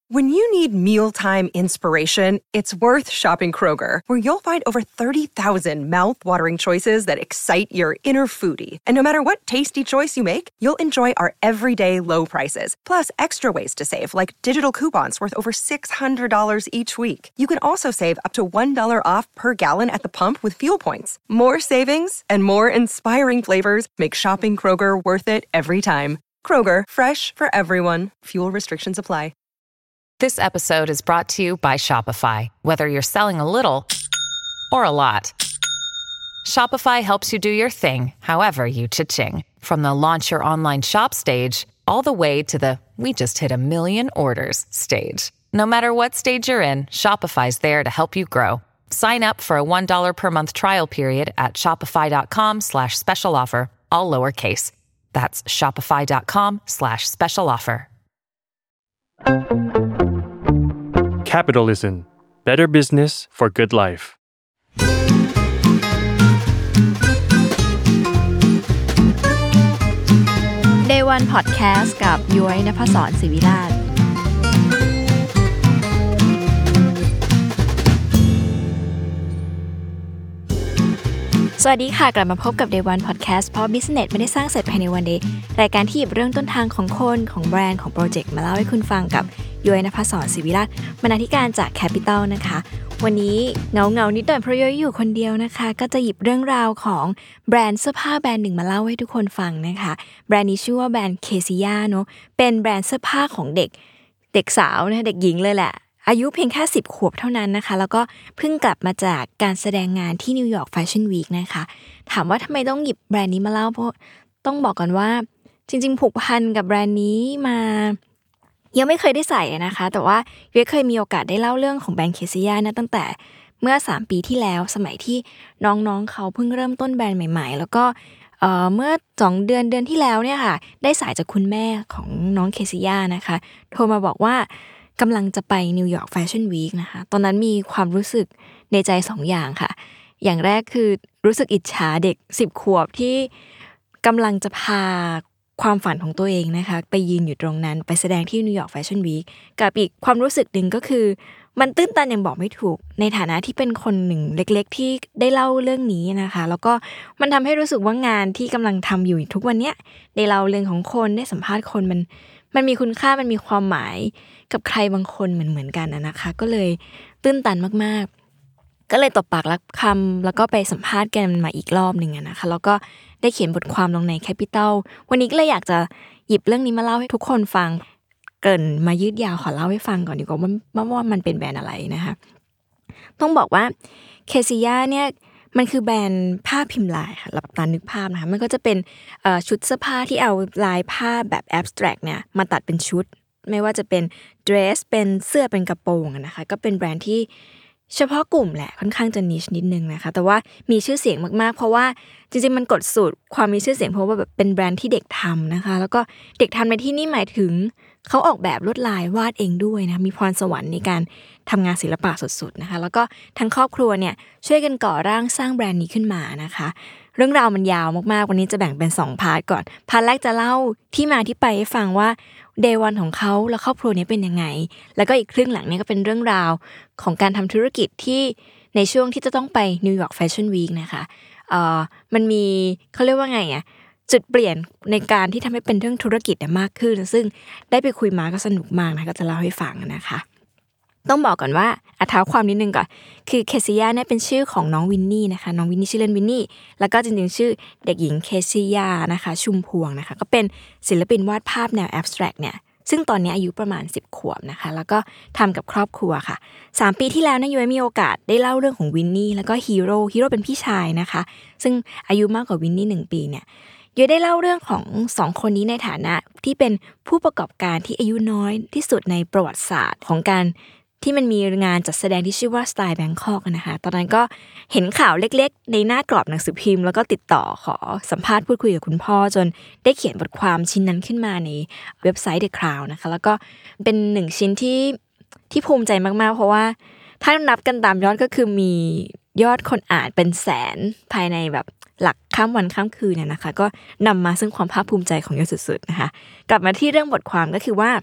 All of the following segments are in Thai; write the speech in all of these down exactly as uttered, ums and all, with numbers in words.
When you need mealtime inspiration, it's worth shopping Kroger, where you'll find over thirty thousand mouth-watering choices that excite your inner foodie. And no matter what tasty choice you make, you'll enjoy our everyday low prices, plus extra ways to save, like digital coupons worth over six hundred dollars each week. You can also save up to one dollar off per gallon at the pump with fuel points. More savings and more inspiring flavors make shopping Kroger worth it every time. Kroger, fresh for everyone. Fuel restrictions apply. This episode is brought to you by Shopify. Whether you're selling a little or a lot, Shopify helps you do your thing, however you cha-ching. From the launch your online shop stage, all the way to the we just hit a million orders stage. No matter what stage you're in, Shopify's there to help you grow. Sign up for a one dollar per month trial period at shopify.com slash special offer, all lowercase. That's shopify.com slash special offer. Capitalism. Better business for good life. Day วัน Podcast กับย้อยณภศร ศิวิราชสวัสดีค่ะกลับมาพบกับ Day วัน Podcast เพราะ Business ไม่ได้สร้างเสร็จภายในวันเดียวรายการที่หยิบเรื่องต้นทางของคนของแบรนด์ของโปรเจกต์มาเล่าให้คุณฟังกับย้อยณภศร ศิวิราชบรรณาธิการจาก Capital นะคะวันนี้เงาๆนิดหน่อยเพราะย้อยอยู่คนเดียวนะคะก็จะหยิบเรื่องราวของแบรนด์เสื้อผ้าแบรนด์หนึ่งมาเล่าให้ทุกคนฟังนะคะแบรนด์นี้ชื่อว่าแบรนด์ Kezia เนาะเป็นแบรนด์เสื้อผ้าของเด็กเด็กสาวนะเด็กหญิงเลยแหละอายุเพียงแค่สิบขวบเท่านั้นนะคะแล้วก็เพิ่งกลับมาจากการแสดงงานที่นิวยอร์กแฟชั่นวีคนะคะถามว่าทำไมต้องหยิบแบรนด์นี้มาเล่าเพราะต้องบอกก่อนว่าจริงๆผูกพันกับแบรนด์นี้มายังไม่เคยได้ใส่นะคะแต่ว่าเวียเคยมีโอกาสได้เล่าเรื่องของแบรนด์ Kezia นะตั้งแต่เมื่อสามปีที่แล้วสมัยที่น้องๆเขาเพิ่งเริ่มต้นแบรนด์ใหม่ๆแล้วก็เอ่อเมื่อสองเดือนเดือนที่แล้วเนี่ยค่ะได้สายจากคุณแม่ของน้อง Kezia นะคะโทรมาบอกว่ากำลังจะไปนิวยอร์กแฟชั่นวีคนะคะตอนนั้นมีความรู้สึกในใจสองอย่างค่ะอย่างแรกคือรู้สึกอิจฉาเด็กสิบขวบที่กำลังจะพาความฝันของตัวเองนะคะไปยืนอยู่ตรงนั้นไปแสดงที่นิวยอร์กแฟชั่นวีคกับอีกความรู้สึกนึงก็คือมันตื้นตันยังบอกไม่ถูกในฐานะที่เป็นคนหนึ่งเล็กๆที่ได้เล่าเรื่องนี้นะคะแล้วก็มันทำให้รู้สึกว่างานที่กำลังทำอยู่ทุกวันเนี้ยได้เล่าเรื่องของคนได้สัมภาษณ์คนมันมันมีคุณค่ามันมีความหมายกับใครบางคนเหมือนๆกันนะคะก็เลยตื้นตันมากๆก็เลยตบปากรับคำแล้วก็ไปสัมภาษณ์กันมาอีกรอบนึงนะคะแล้วก็ได้เขียนบทความลงใน Capital วันนี้ก็เลยอยากจะหยิบเรื่องนี้มาเล่าให้ทุกคนฟังเกริ่นมายืดยาวขอเล่าให้ฟังก่อนดีกว่าว่าว่ามันเป็นแบรนด์อะไรนะคะต้องบอกว่า Kezia เนี่ยมันคือแบรนด์ผ้าพิมพ์ลายค่ะหลับตานึกภาพนะคะมันก็จะเป็นเอ่อชุดเสื้อผ้าที่เอาลายผ้าแบบ abstract เนี่ยมาตัดเป็นชุดไม่ว่าจะเป็นเดรสเป็นเสื้อเป็นกระโปรงนะคะก็เป็นแบรนด์ที่เฉพาะกลุ่มแหละค่อนข้างจะนิชนิดนึงนะคะแต่ว่ามีชื่อเสียงมากๆเพราะว่าจริงๆมันกดสูตรความมีชื่อเสียงเพราะว่าแบบเป็นแบรนด์ที่เด็กทำนะคะแล้วก็เด็กทำในที่นี่หมายถึงเขาออกแบบลวดลายวาดเองด้วยนะมีพรสวรรค์ในการทำงานศิลปะสุดๆนะคะแล้วก็ทั้งครอบครัวเนี่ยช่วยกันก่อร่างสร้างแบรนด์นี้ขึ้นมานะคะเรื่องราวมันยาวมากๆวันนี้จะแบ่งเป็นสองพาร์ทก่อนพาร์ทแรกจะเล่าที่มาที่ไปให้ฟังว่าDay วันของเขาและครอบครัวนี้เป็นยังไงแล้วก็อีกครึ่งหลังเนี่ยก็เป็นเรื่องราวของการทำธุรกิจที่ในช่วงที่จะต้องไปนิวยอร์กแฟชั่นวีคนะคะเอ่อมันมีเขาเรียกว่าไงอ่ะจุดเปลี่ยนในการที่ทำให้เป็นเรื่องธุรกิจมากขึ้นซึ่งได้ไปคุยมาก็สนุกมากนะก็จะเล่าให้ฟังนะคะต้องบอกก่อนว่าอธิบายความนิดนึงก่อนคือ Kezia เนี่ยเป็นชื่อของน้องวินนี่นะคะน้องวินนี่ชื่อเล่นวินนี่แล้วก็จริงๆชื่อเด็กหญิง Kezia นะคะชุมพวงนะคะก็เป็นศิลปินวาดภาพแนว abstract เนี่ยซึ่งตอนนี้อายุประมาณสิบขวบนะคะแล้วก็ทำกับครอบครัวค่ะสามปีที่แล้วนะย้อยมีโอกาสได้เล่าเรื่องของวินนี่แล้วก็ฮีโร่ฮีโร่เป็นพี่ชายนะคะซึ่งอายุมากกว่าวินนี่หนึ่งปีเนี่ยย้อยได้เล่าเรื่องของสองคนนี้ในฐานะที่เป็นผู้ประกอบการที่อายุน้อยที่สุดในประวัติศาสตร์ของการที่มันมีงานจัดแสดงที่ชื่อว่า Style Bangkok นะคะตอนนั้นก็เห็นข่าวเล็กๆในหน้ากรอบหนังสือพิมพ์แล้วก็ติดต่อขอสัมภาษณ์พูดคุยกับคุณพ่อจนได้เขียนบทความชิ้นนั้นขึ้นมาในเว็บไซต์ The Crown นะคะแล้วก็เป็นหนึ่งชิ้นที่ที่ภูมิใจมากๆเพราะว่าถ้านับกันตามยอดก็คือมียอดคนอ่านเป็นแสนภายในแบบหลักข้ามวันข้ามคืนเนี่ยนะคะก็นำมาซึ่งความภาคภูมิใจของยอดสุดๆนะคะกลับมาที่เรื่องบทความก็คือว่า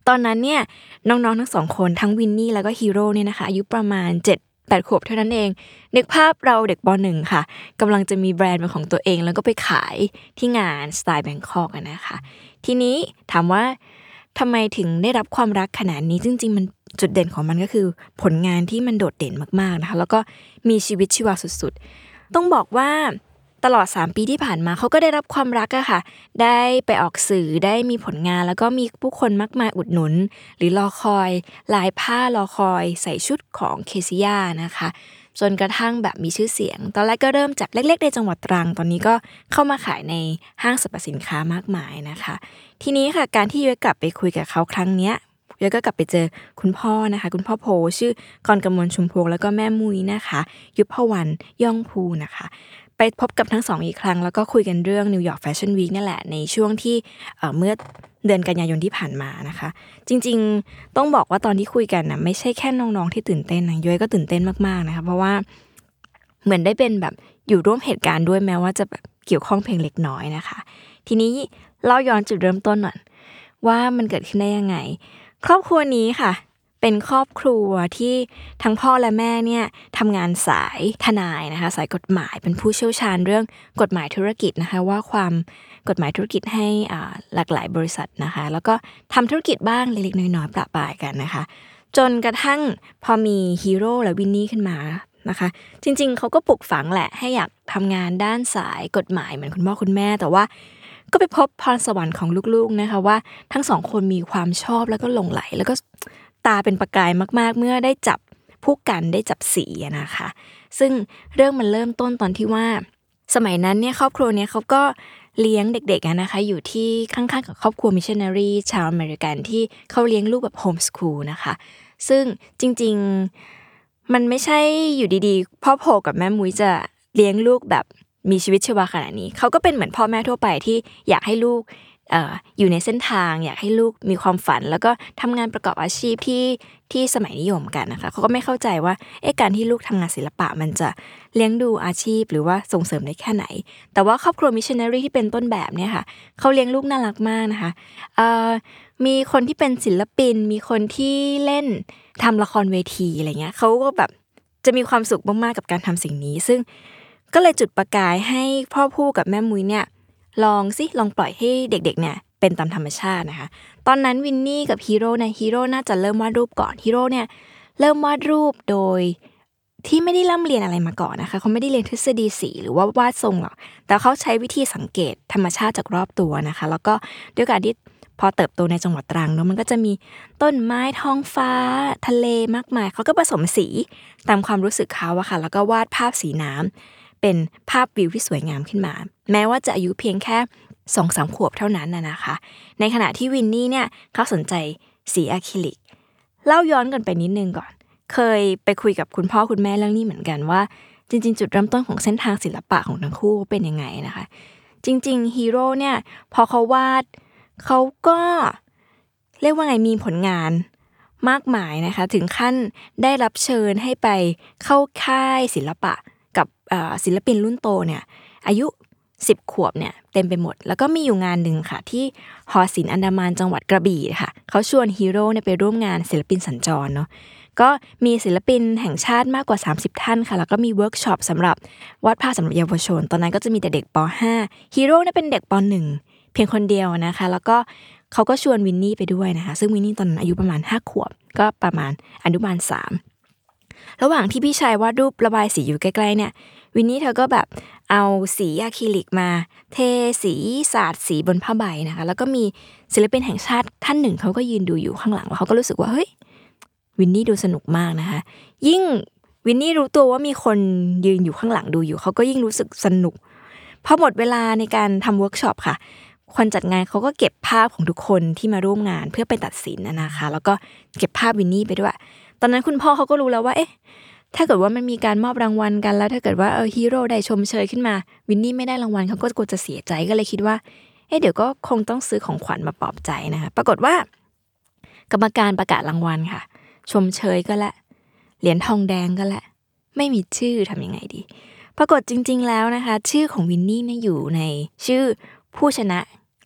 ตอนนั้นเนี่ยน้องๆทั้งสองคนทั้งวินนี่แล้วก็ฮีโร่เนี่ยนะคะอายุประมาณเจ็ด แปดขวบเท่านั้นเองนึกภาพเราเด็กป.หนึ่ง ค่ะกำลังจะมีแบรนด์เป็นของตัวเองแล้วก็ไปขายที่งานสไตล์แบงคอกอ่ะนะคะทีนี้ถามว่าทำไมถึงได้รับความรักขนาดนี้จริงๆมันจุดเด่นของมันก็คือผลงานที่มันโดดเด่นมากๆนะคะแล้วก็มีชีวิตชีวาสุดๆต้องบอกว่าตลอดสามปีที่ผ่านมาเขาก็ได้รับความรักอะค่ะได้ไปออกสื่อได้มีผลงานแล้วก็มีผู้คนมากมายอุดหนุนหรือรอคอยลายผ้ารอคอยใส่ชุดของเคซิยานะคะจนกระทั่งแบบมีชื่อเสียงตอนแรกก็เริ่มจากเล็กๆในจังหวัดตรังตอนนี้ก็เข้ามาขายในห้างสรรพสินค้ามากมายนะคะทีนี้ค่ะการที่ย้อยกลับไปคุยกับเขาครั้งเนี้ยย้อยก็กลับไปเจอคุณพ่อนะคะคุณพ่อโพชื่อกรกมลชุมพวงแล้วก็แม่มุ้ยนะคะยุพวรรณย่องภูนะคะไปพบกับทั้งสองอีกครั้งแล้วก็คุยกันเรื่อง New York Fashion Week นั่นแหละในช่วงที่เอ่อเมื่อเดือนกันยายนที่ผ่านมานะคะจริงๆต้องบอกว่าตอนที่คุยกันนะไม่ใช่แค่น้องๆที่ตื่นเต้นนะย้อยก็ตื่นเต้นมากๆนะคะเพราะว่าเหมือนได้เป็นแบบอยู่ร่วมเหตุการณ์ด้วยแม้ว่าจะแบบเกี่ยวข้องเพียงเล็กน้อยนะคะทีนี้เล่าย้อนจุดเริ่มต้นหน่อยว่ามันเกิดขึ้นได้ยังไงครอบครัวนี้ค่ะเป็นครอบครัวที่ทั้งพ่อและแม่เนี่ยทำงานสายทนายนะคะสายกฎหมายเป็นผู้เชี่ยวชาญเรื่องกฎหมายธุรกิจนะคะว่าความกฎหมายธุรกิจให้อ่าหลากหลายบริษัทนะคะแล้วก็ทำธุรกิจบ้างเล็กๆน้อยๆประปรายกันนะคะจนกระทั่งพอมีฮีโร่และวินนี่ขึ้นมานะคะจริงๆเขาก็ปลูกฝังแหละให้อยากทำงานด้านสายกฎหมายเหมือนคุณพ่อคุณแม่แต่ว่าก็ไปพบพรสวรรค์ของลูกๆนะคะว่าทั้งสองคนมีความชอบแล้วก็หลงใหลแล้วก็ตาเป็นประกายมากๆเมื่อได้จับผู้กันได้จับสีนะคะซึ่งเรื่องมันเริ่มต้นตอนที่ว่าสมัยนั้นเนี่ยครอบครัวเนี่ยเขาก็เลี้ยงเด็กๆนะคะอยู่ที่ข้างๆกับครอบครัวมิชชันนารีชาวอเมริกันที่เขาเลี้ยงลูกแบบโฮมสคูลนะคะซึ่งจริงๆมันไม่ใช่อยู่ดีๆพ่อโพกับแม่มุ้ยจะเลี้ยงลูกแบบมีชีวิตชีวาขนาดนี้เขาก็เป็นเหมือนพ่อแม่ทั่วไปที่อยากให้ลูกเอ่ออยู่ในเส้นทางอยากให้ลูกมีความฝันแล้วก็ทำงานประกอบอาชีพที่ที่สมัยนิยมกันนะคะเขาก็ไม่เข้าใจว่าเอ๊ะการที่ลูกทำงานศิลปะมันจะเลี้ยงดูอาชีพหรือว่าส่งเสริมได้แค่ไหนแต่ว่าครอบครัวมิชชันนารีที่เป็นต้นแบบเนี่ยค่ะเขาเลี้ยงลูกน่ารักมากนะคะเอ่อมีคนที่เป็นศิลปินมีคนที่เล่นทำละครเวทีอะไรเงี้ยเขาก็แบบจะมีความสุขมากๆกับการทำสิ่งนี้ซึ่งก็เลยจุดประกายให้พ่อผู้กับแม่มุ้ยเนี่ยลองสิลองปล่อยให้เด็กๆเนี่ยเป็นตามธรรมชาตินะคะตอนนั้นวินนี่กับฮีโร่เนี่ยฮีโร่น่าจะเริ่มวาดรูปก่อนฮีโร่เนี่ยเริ่มวาดรูปโดยที่ไม่ได้ร่ำเรียนอะไรมาก่อนนะคะเขาไม่ได้เรียนทฤษฎีสีหรือว่าวาดทรงหรอกแต่เขาใช้วิธีสังเกตธรรมชาติจากรอบตัวนะคะแล้วก็ด้วยการที่พอเติบโตในจังหวัดตรังเนาะมันก็จะมีต้นไม้ท้องฟ้าทะเลมากมายเขาก็ผสมสีตามความรู้สึกเขาอะค่ะแล้วก็วาดภาพสีน้ำเป็นภาพวิวที่สวยงามขึ้นมาแม้ว่าจะอายุเพียงแค่ สองถึงสาม ขวบเท่านั้นน่ะนะคะในขณะที่วินนี่เนี่ยเขาสนใจสีอะคริลิกเล่าย้อนกันไปนิดนึงก่อนเคยไปคุยกับคุณพ่อคุณแม่เรื่องนี้เหมือนกันว่าจริงๆจุดเริ่มต้นของเส้นทางศิลปะของทั้งคู่เป็นยังไงนะคะจริงๆฮีโร่เนี่ยพอเขาวาดเขาก็เรียกว่าไงมีผลงานมากมายนะคะถึงขั้นได้รับเชิญให้ไปเข้าค่ายศิลปะกับศิลปินรุ่นโตเนี่ยอายุสิบขวบเนี่ยเต็มไปหมดแล้วก็มีอยู่งานหนึ่งค่ะที่หอศิลป์อันดามันจังหวัดกระบี่ค่ะเขาชวนฮีโร่เนี่ยไปร่วมงานศิลปินสัญจรเนาะก็มีศิลปินแห่งชาติมากกว่าสามสิบท่านค่ะแล้วก็มีเวิร์กช็อปสำหรับวาดภาพสำหรับเยาวชนตอนนั้นก็จะมีแต่เด็กป.ห้า ฮีโร่เนี่ยเป็นเด็กป.หนึ่ง เพียงคนเดียวนะคะแล้วก็เขาก็ชวนวินนี่ไปด้วยนะคะซึ่งวินนี่ตอนนั้นอายุประมาณห้าขวบก็ประมาณอนุบาลสามระหว่างที่พี่ชายวาดรูประบายสีอยู่ใกล้ๆเนี่ยวินนี่เธอก็แบบเอาสีอะคริลิกมาเทสีสาดสีบนผ้าใบนะคะแล้วก็มีศิลปินแห่งชาติท่านหนึ่งเขาก็ยืนดูอยู่ข้างหลังแล้วเขาก็รู้สึกว่าเฮ้ยวินนี่ดูสนุกมากนะคะยิ่งวินนี่รู้ตัวว่ามีคนยืนอยู่ข้างหลังดูอยู่เขาก็ยิ่งรู้สึกสนุกพอหมดเวลาในการทำเวิร์กช็อปค่ะคนจัดงานเขาก็เก็บภาพของทุกคนที่มาร่วมงานเพื่อไปตัดสินนะคะแล้วก็เก็บภาพวินนี่ไปด้วยตอนนั้นคุณพ่อเขาก็รู้แล้วว่าเอ๊ะถ้าเกิดว่ามันมีการมอบรางวัลกันแล้วถ้าเกิดว่าเออฮีโร่ได้ชมเชยขึ้นมาวินนี่ไม่ได้รางวัลเขาก็กลัวจะเสียใจก็เลยคิดว่าเอ๊ะเดี๋ยวก็คงต้องซื้อของขวัญมาปลอบใจนะคะปรากฏว่ากรรมการประกาศรางวัลค่ะชมเชยก็ละเหรียญทองแดงก็ละไม่มีชื่อทำยังไงดีปรากฏจริงๆแล้วนะคะชื่อของวินนี่เนี่ยอยู่ในชื่อผู้ชนะเห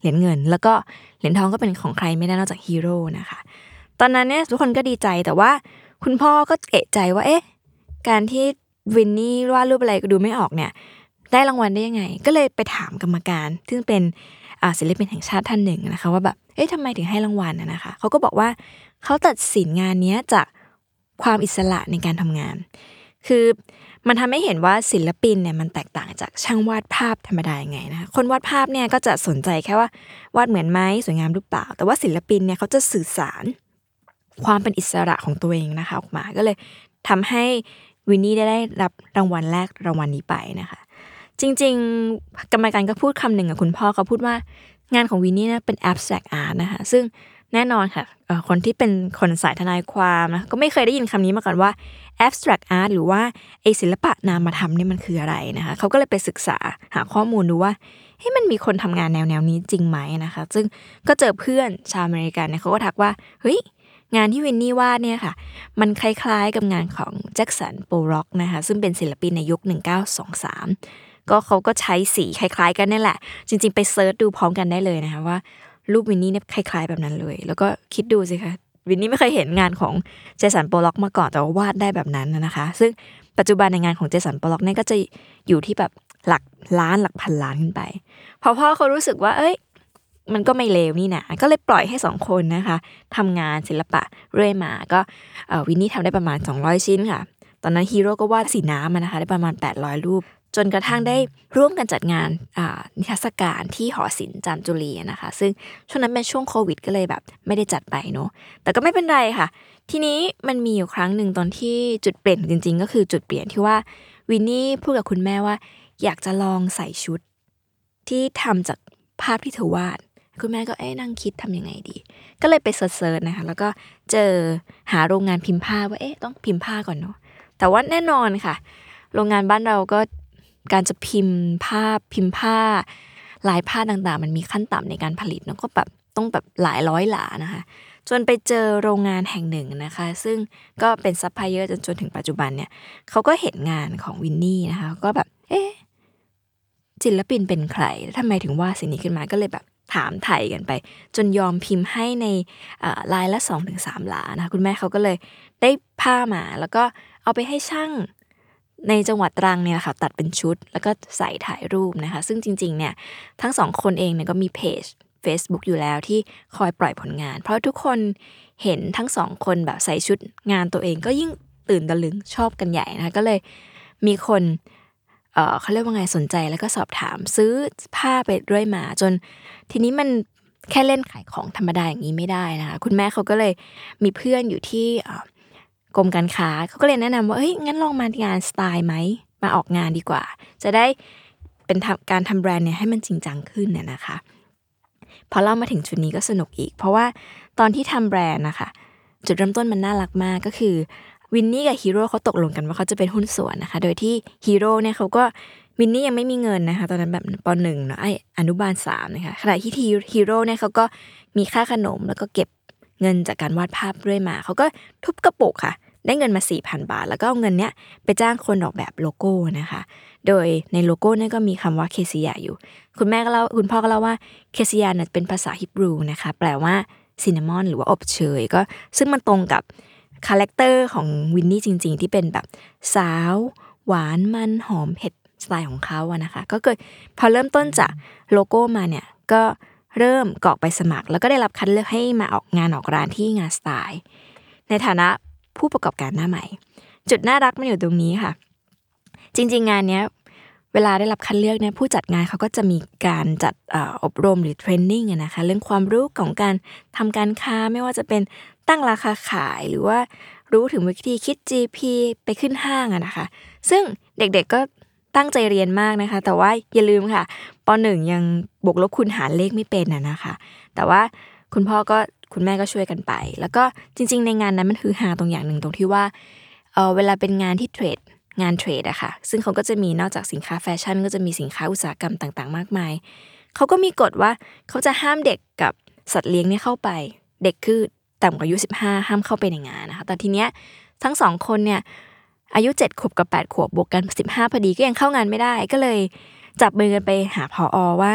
รียญเงินแล้วก็เหรียญทองก็เป็นของใครไม่ได้นอกจากฮีโร่นะคะตอนนั้นเนี่ยทุกคนก็ดีใจแต่ว่าคุณพ่อก็เอะใจว่าเอ๊ะการที่วินนี่วาดรูปอะไรก็ดูไม่ออกเนี่ยได้รางวัลได้ยังไงก็เลยไปถามกรรมการซึ่งเป็นศิลปินแห่งชาติท่านหนึ่งนะคะว่าแบบเอ๊ะทำไมถึงให้รางวัลนะคะเขาก็บอกว่าเขาตัดสินงานนี้จากความอิสระในการทำงานคือมันทำให้เห็นว่าศิลปินเนี่ยมันแตกต่างจากช่างวาดภาพธรรมดายังไงนะคะคนวาดภาพเนี่ยก็จะสนใจแค่ว่าวาดเหมือนไหมสวยงามหรือเปล่าแต่ว่าศิลปินเนี่ยเขาจะสื่อสารความเป็นอิสระของตัวเองนะคะออกมาก็เลยทำให้วินนี่ได้รับรางวัลแรกรางวัลนี้ไปนะคะจริงๆกรรมการก็พูดคำหนึ่งกับคุณพ่อเขาพูดว่างานของวินนี่นะเป็น abstract art นะคะซึ่งแน่นอนค่ะคนที่เป็นคนสายทนายความนะก็ไม่เคยได้ยินคำนี้มาก่อนว่า abstract art หรือว่าไอศิลปะนามธรรมนี่มันคืออะไรนะคะเขาก็เลยไปศึกษาหาข้อมูลดูว่าเฮ้ยมันมีคนทำงานแนวแนวนี้จริงไหมนะคะซึ่งก็เจอเพื่อนชาวอเมริกันเนี่ยเขาก็ทักว่าเฮ้ยงานที่วินนี่วาดเนี่ยค่ะมันคล้ายๆกับงานของแจ็คสันโปล็อกนะคะซึ่งเป็นศิลปินในยุคหนึ่งเก้าสองสามก็เขาก็ใช้สีคล้ายๆกันนี่แหละจริงๆไปเซิร์ชดูพร้อมกันได้เลยนะคะว่ารูปวินนี่เนี่ยคล้ายๆแบบนั้นเลยแล้วก็คิดดูสิคะวินนี่ไม่เคยเห็นงานของเจสันโปล็อกมาก่อนแต่ว่าวาดได้แบบนั้นนะคะซึ่งปัจจุบันในงานของเจสันโปล็อกเนี่ยก็จะอยู่ที่แบบหลักล้านหลักพันล้านขึ้นไปพอพ่อเขารู้สึกว่าเอ้ยมันก็ไม่เลวนี่นะก็เลยปล่อยให้สองคนนะคะทำงานศิลปะเรื่อยมาก็วินนี่ทำได้ประมาณสองร้อยชิ้นค่ะตอนนั้นฮีโร่ก็วาดสีน้ำนะคะได้ประมาณแปดร้อยรูปจนกระทั่งได้ร่วมกันจัดงานนิทรรศการที่หอศิลป์จามจุรีนะคะซึ่งช่วงนั้นเป็นช่วงโควิดก็เลยแบบไม่ได้จัดไปเนาะแต่ก็ไม่เป็นไรค่ะทีนี้มันมีอยู่ครั้งหนึ่งตอนที่จุดเปลี่ยนจริงๆก็คือจุดเปลี่ยนที่ว่าวินนี่พูดกับคุณแม่ว่าอยากจะลองใส่ชุดที่ทำจากภาพที่เธอวาดคุณแม่ก็เอ๊ะนั่งคิดทำยังไงดีก็เลยไปเซิร์ชๆนะคะแล้วก็เจอหาโรงงานพิมพ์ผ้าว่าเอ๊ะต้องพิมพ์ผ้าก่อนเนาะแต่ว่าแน่นอนค่ะโรงงานบ้านเราก็การจะพิมพ์ภาพพิมพ์ผ้าลายผ้าต่างๆมันมีขั้นต่ำในการผลิตแล้วก็แบบต้องแบบหลายร้อยหลานะคะจนไปเจอโรงงานแห่งหนึ่งนะคะซึ่งก็เป็นซัพพลายเออร์จนจนถึงปัจจุบันเนี่ยเขาก็เห็นงานของวินนี่นะคะก็แบบเอ๊ะศิลปินเป็นใครทำไมถึงวาดสิ่งนี้ขึ้นมาก็เลยแบบถามไถ่กันไปจนยอมพิมพ์ให้ในลายละ สองถึงสาม หลานะคุณแม่เขาก็เลยได้ผ้ามาแล้วก็เอาไปให้ช่างในจังหวัดตรังเนี่ยค่ะตัดเป็นชุดแล้วก็ใส่ถ่ายรูปนะคะซึ่งจริงๆเนี่ยทั้งสองคนเองเนี่ยก็มีเพจ Facebook อยู่แล้วที่คอยปล่อยผลงานเพราะทุกคนเห็นทั้งสองคนแบบใส่ชุดงานตัวเองก็ยิ่งตื่นตะลึงชอบกันใหญ่นะคะก็เลยมีคนเอ่อเขาเรียกว่าไงสนใจแล้วก็สอบถามซื้อผ้าไปเรื่อยมาจนทีนี้มันแค่เล่นขายของธรรมดาอย่างนี้ไม่ได้นะคะคุณแม่เขาก็เลยมีเพื่อนอยู่ที่กรมการค้าเขาก็เลยแนะนำว่าเฮ้ยงั้นลองมางานสไตล์ไหมมาออกงานดีกว่าจะได้เป็นการทำแบรนด์เนี่ยให้มันจริงจังขึ้นเนี่ยนะคะพอเล่ามาถึงจุดนี้ก็สนุกอีกเพราะว่าตอนที่ทำแบรนด์นะคะจุดเริ่มต้นมันน่ารักมากก็คือวินนี่กับฮีโร่เขาตกลงกันว่าเขาจะเป็นหุ้นส่วนนะคะโดยที่ฮีโร่เนี่ยเขาก็วินนี่ยังไม่มีเงินนะคะตอนนั้นแบบป.หนึ่ง เนาะไอ้อนุบาลสามนะคะขณะที่ฮีโร่เนี่ยเขาก็มีค่าขนมแล้วก็เก็บเงินจากการวาดภาพเรื่อยมาเขาก็ทุบกระปุกค่ะได้เงินมา สี่พัน บาทแล้วก็เอาเงินเนี้ยไปจ้างคนออกแบบโลโก้นะคะโดยในโลโก้เนี่ยก็มีคำว่าเคซิยาอยู่คุณแม่ก็เล่าคุณพ่อก็เล่าว่าเคซิยาเนี่ยเป็นภาษาฮิบรูนะคะแปลว่าซินนามอนหรือว่าอบเชยก็ซึ่งมันตรงกับคาแรคเตอร์ของวินนี่จริงๆที่เป็นแบบสาวหวานมันหอมเผ็ดสไตล์ของเขาอะนะคะก็เกิดพอเริ่มต้นจากโลโก้มาเนี่ยก็เริ่มกรอกไปสมัครแล้วก็ได้รับคัดเลือกให้มาออกงานออกร้านที่งานสไตล์ในฐานะผู้ประกอบการหน้าใหม่จุดน่ารักมันอยู่ตรงนี้ค่ะจริงๆงานเนี้ยเวลาได้รับคัดเลือกเนี่ยผู้จัดงานเขาก็จะมีการจัดอ่าอบรมหรือเทรนนิ่งนะคะเรื่องความรู้ของการทำการค้าไม่ว่าจะเป็นตั้งราคาขายหรือว่ารู้ถึงวิธีคิด จี พี ไปขึ้นห้างอะนะคะซึ่งเด็กๆก็ตั้งใจเรียนมากนะคะแต่ว่าอย่าลืมค่ะป.หนึ่งยังบวกลบคูณหารเลขไม่เป็นอะนะคะแต่ว่าคุณพ่อก็คุณแม่ก็ช่วยกันไปแล้วก็จริงๆในงานนั้นมันคือฮาตรงอย่างหนึ่งตรงที่ว่าเออเวลาเป็นงานที่เทรดงานเทรดอะค่ะซึ่งเขาก็จะมีนอกจากสินค้าแฟชั่นก็จะมีสินค้าอุตสาหกรรมต่างๆมากมายเขาก็มีกฎว่าเขาจะห้ามเด็กกับสัตว์เลี้ยงเนี่ยเข้าไปเด็กคือต่ำกว่าอายุสิบห้าห้ามเข้าไปในงานนะคะแต่ทีเนี้ยทั้งสองคนเนี่ยอายุเจ็ดขวบกับแปดขวบบวกกันสิบห้าพอดีก็ยังเข้างานไม่ได้ก็เลยจับมือกันไปหาผอ.ว่า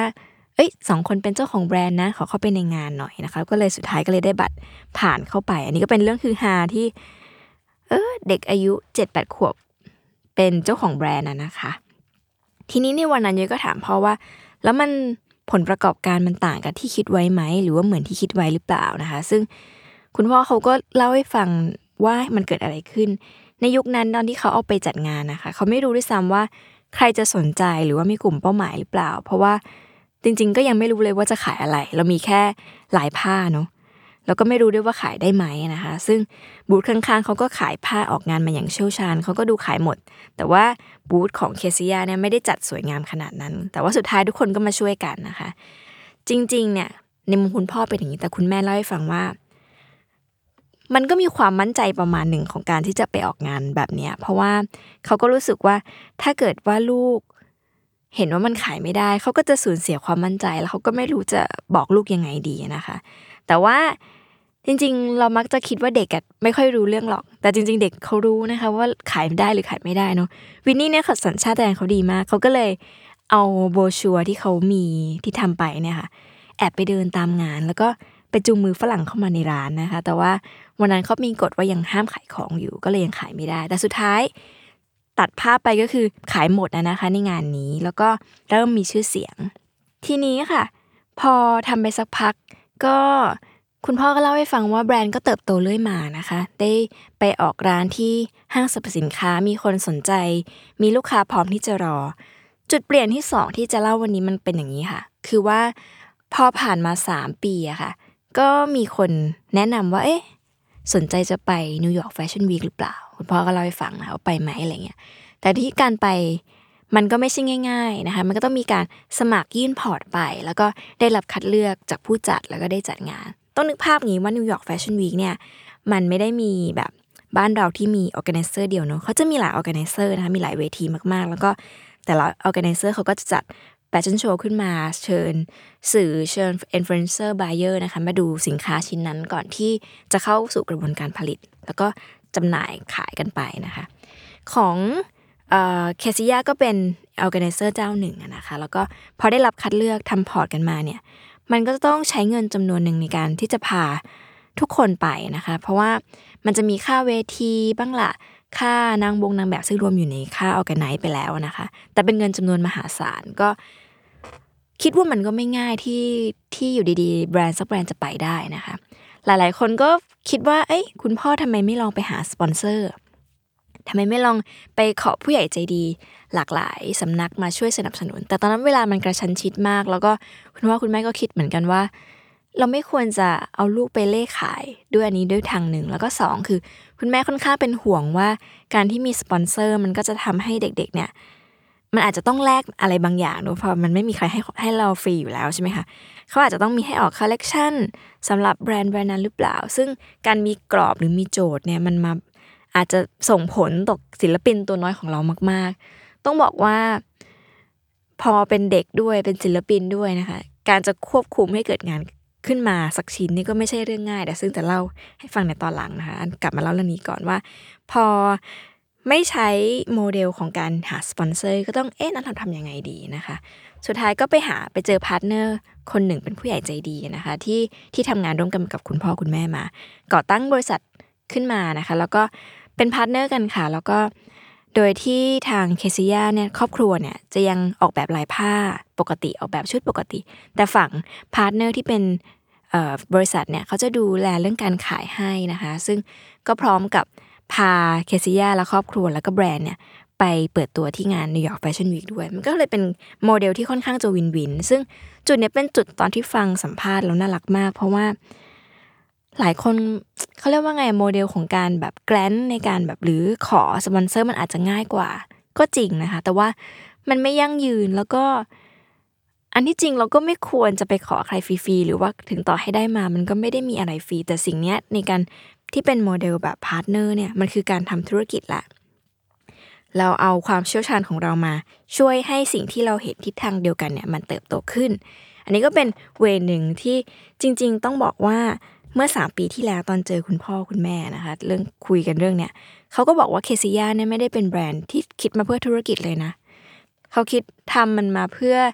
เอ้ยสองคนเป็นเจ้าของแบรนด์นะขอเข้าไปในงานหน่อยนะคะก็เลยสุดท้ายก็เลยได้บัตรผ่านเข้าไปอันนี้ก็เป็นเรื่องคือฮาที่เออเด็กอายุ เจ็ดแปด ขวบเป็นเจ้าของแบรนด์น่ะนะคะทีนี้ในวันนั้นยุ้ยก็ถามพ่อว่าแล้วมันผลประกอบการมันต่างกับที่คิดไว้ไหมหรือว่าเหมือนที่คิดไว้หรือเปล่านะคะซึ่งคุณพ่อเขาก็เล่าให้ฟังว่ามันเกิดอะไรขึ้นในยุคนั้นตอนที่เขาเอาไปจัดงานนะคะเขาไม่รู้ด้วยซ้ำว่าใครจะสนใจหรือว่ามีกลุ่มเป้าหมายหรือเปล่าเพราะว่าจริงๆก็ยังไม่รู้เลยว่าจะขายอะไรเรามีแค่ลายผ้าเนาะแล้วก็ไม่รู้ด้วยว่าขายได้ไหมนะคะซึ่งบูธข้างๆเขาก็ขายผ้าออกงานมาอย่างเชี่ยวชาญเขาก็ดูขายหมดแต่ว่าบูธของเคซิยาเนี่ยไม่ได้จัดสวยงามขนาดนั้นแต่ว่าสุดท้ายทุกคนก็มาช่วยกันนะคะจริงๆเนี่ยในมุมคุณพ่อเป็นอย่างนี้แต่คุณแม่เล่าให้ฟังว่ามันก็มีความมั่นใจประมาณหนึ่งของการที่จะไปออกงานแบบนี้เพราะว่าเขาก็รู้สึกว่าถ้าเกิดว่าลูกเห็นว่ามันขายไม่ได้เขาก็จะสูญเสียความมั่นใจแล้วเขาก็ไม่รู้จะบอกลูกยังไงดีนะคะแต่ว่าจริงๆเรามักจะคิดว่าเด็กอ่ะไม่ค่อยรู้เรื่องหรอกแต่จริงๆเด็กเขารู้นะคะว่าขายได้หรือขายไม่ได้เนาะวินนี่เนี่ยสัญชาตญาณเขาดีมากเขาก็เลยเอาโบรชัวร์ที่เขามีที่ทำไปเนี่ยค่ะแอบไปเดินตามงานแล้วก็ไปจูงมือฝรั่งเข้ามาในร้านนะคะแต่ว่าวันนั้นเขามีกฎว่ายังห้ามขายของอยู่ก็เลยยังขายไม่ได้แต่สุดท้ายตัดภาพไปก็คือขายหมดนะคะในงานนี้แล้วก็เริ่มมีชื่อเสียงทีนี้ค่ะพอทำไปสักพักก็คุณพ่อก็เล่าให้ฟังว่าแบรนด์ก็เติบโตเรื่อยมานะคะได้ไปออกร้านที่ห้างสรรพสินค้ามีคนสนใจมีลูกค้าพร้อมที่จะรอจุดเปลี่ยนที่สองที่จะเล่าวันนี้มันเป็นอย่างนี้ค่ะคือว่าพอผ่านมาสามปีอะค่ะก็มีคนแนะนำว่าเอ๊ะสนใจจะไปนิวยอร์กแฟชั่นวีคหรือเปล่าคุณพ่อก็เล่าให้ฟังนะว่าไปไหมอะไรเงี้ยแต่ที่การไปมันก็ไม่ใช่ง่ายๆนะคะมันก็ต้องมีการสมัครยื่นพอร์ตไปแล้วก็ได้รับคัดเลือกจากผู้จัดแล้วก็ได้จัดงานต้องนึกภาพงี้ว่านิวยอร์กแฟชั่นวีคเนี่ยมันไม่ได้มีแบบบ้านเราที่มีออร์แกไนเซอร์เดียวเนาะเขาจะมีหลายออร์แกไนเซอร์นะคะมีหลายเวทีมากๆแล้วก็แต่ละออร์แกไนเซอร์เขาก็จะจัดแฟชั่นโชว์ขึ้นมาเชิญสื่อเชิญอินฟลูเอนเซอร์ไบเออร์นะคะมาดูสินค้าชิ้นนั้นก่อนที่จะเข้าสู่กระบวนการผลิตแล้วก็จำหน่ายขายกันไปนะคะของเอ่อเคซิยาก็เป็นออร์แกไนเซอร์เจ้าหนึ่งนะคะแล้วก็พอได้รับคัดเลือกทำพอร์ตกันมาเนี่ยมันก็จะต้องใช้เงินจำนวนหนึ่งในการที่จะพาทุกคนไปนะคะเพราะว่ามันจะมีค่าเวทีบ้างละค่านางบงนางแบบซึ่งรวมอยู่ในค่าออร์แกไนซ์ไปแล้วนะคะแต่เป็นเงินจำนวนมหาศาลก็คิดว่ามันก็ไม่ง่ายที่ที่อยู่ดีๆแบรนด์สักแบรนด์จะไปได้นะคะหลายๆคนก็คิดว่าเอ้ยคุณพ่อทำไมไม่ลองไปหาสปอนเซอร์ทำไมไม่ลองไปขอผู้ใหญ่ใจดีหลากหลายสำนักมาช่วยสนับสนุนแต่ตอนนั้นเวลามันกระชั้นชิดมากแล้วก็คุณพ่อคุณแม่ก็คิดเหมือนกันว่าเราไม่ควรจะเอาลูกไปเล่ขายด้วยอันนี้ด้วยทางหนึ่งแล้วก็สองคือคุณแม่ค่อนข้างเป็นห่วงว่าการที่มีสปอนเซอร์มันก็จะทำให้เด็กๆเนี่ยมันอาจจะต้องแลกอะไรบางอย่างเนอะเพราะมันไม่มีใครให้ให้เราฟรีอยู่แล้วใช่ไหมคะเขาอาจจะต้องมีให้ออกคอลเลกชันสำหรับแบรนด์แบรนด์นั้นหรือเปล่าซึ่งการมีกรอบหรือมีโจทย์เนี่ยมันมาอาจจะส่งผลต่อศิลปินตัวน้อยของเรามากๆต้องบอกว่าพอเป็นเด็กด้วยเป็นศิลปินด้วยนะคะการจะควบคุมให้เกิดงานขึ้นมาสักชิ้นนี่ก็ไม่ใช่เรื่องง่ายแต่ซึ่งจะเล่าให้ฟังในตอนหลังนะคะกลับมาเล่าเรื่องนี้ก่อนว่าพอไม่ใช้โมเดลของการหาสปอนเซอร์ก็ต้องเอ๊ะนั่นทำทำยังไงดีนะคะสุดท้ายก็ไปหาไปเจอพาร์ทเนอร์คนหนึ่งเป็นผู้ใหญ่ใจดีนะคะที่ที่ทำงานร่วมกันกับคุณพ่อคุณแม่มาก่อตั้งบริษัทขึ้นมานะคะแล้วก็เป็นพาร์ทเนอร์กันค่ะแล้วก็โดยที่ทางเคซิยาเนี่ยครอบครัวเนี่ยจะยังออกแบบลายผ้าปกติออกแบบชุดปกติแต่ฝั่งพาร์ทเนอร์ที่เป็นบริษัทเนี่ยเขาจะดูแลเรื่องการขายให้นะคะซึ่งก็พร้อมกับพาเคซิยาและครอบครัวแล้วก็แบรนด์เนี่ยไปเปิดตัวที่งานนิวยอร์กแฟชั่นวีคด้วยมันก็เลยเป็นโมเดลที่ค่อนข้างจะวินวินซึ่งจุดนี้เป็นจุดตอนที่ฟังสัมภาษณ์แล้วน่ารักมากเพราะว่าหลายคนเขาเรียกว่าไงโมเดลของการแบบแกรนท์ในการแบบหรือขอสปอนเซอร์มันอาจจะง่ายกว่าก็จริงนะคะแต่ว่ามันไม่ยั่งยืนแล้วก็อันที่จริงเราก็ไม่ควรจะไปขอใครฟรีๆหรือว่าถึงต่อให้ได้มามันก็ไม่ได้มีอะไรฟรีแต่สิ่งนี้ในการที่เป็นโมเดลแบบพาร์ทเนอร์เนี่ยมันคือการทำธุรกิจแหละเราเอาความเชี่ยวชาญของเรามาช่วยให้สิ่งที่เราเห็นทิศทางเดียวกันเนี่ยมันเติบโตขึ้นอันนี้ก็เป็นเวนึงที่จริงๆต้องบอกว่าเมื่อสามปีที่แล้วตอนเจอคุณพ่อคุณแม่นะคะเรื่องคุยกันเรื่องเนี้ยเขาก็บอกว่าเคซิยาเนี่ยไม่ได้เป็นแบรนด์ที่คิดมาเพื่อธุรกิจเลยนะเขาคิดทำมันมาเพื่อ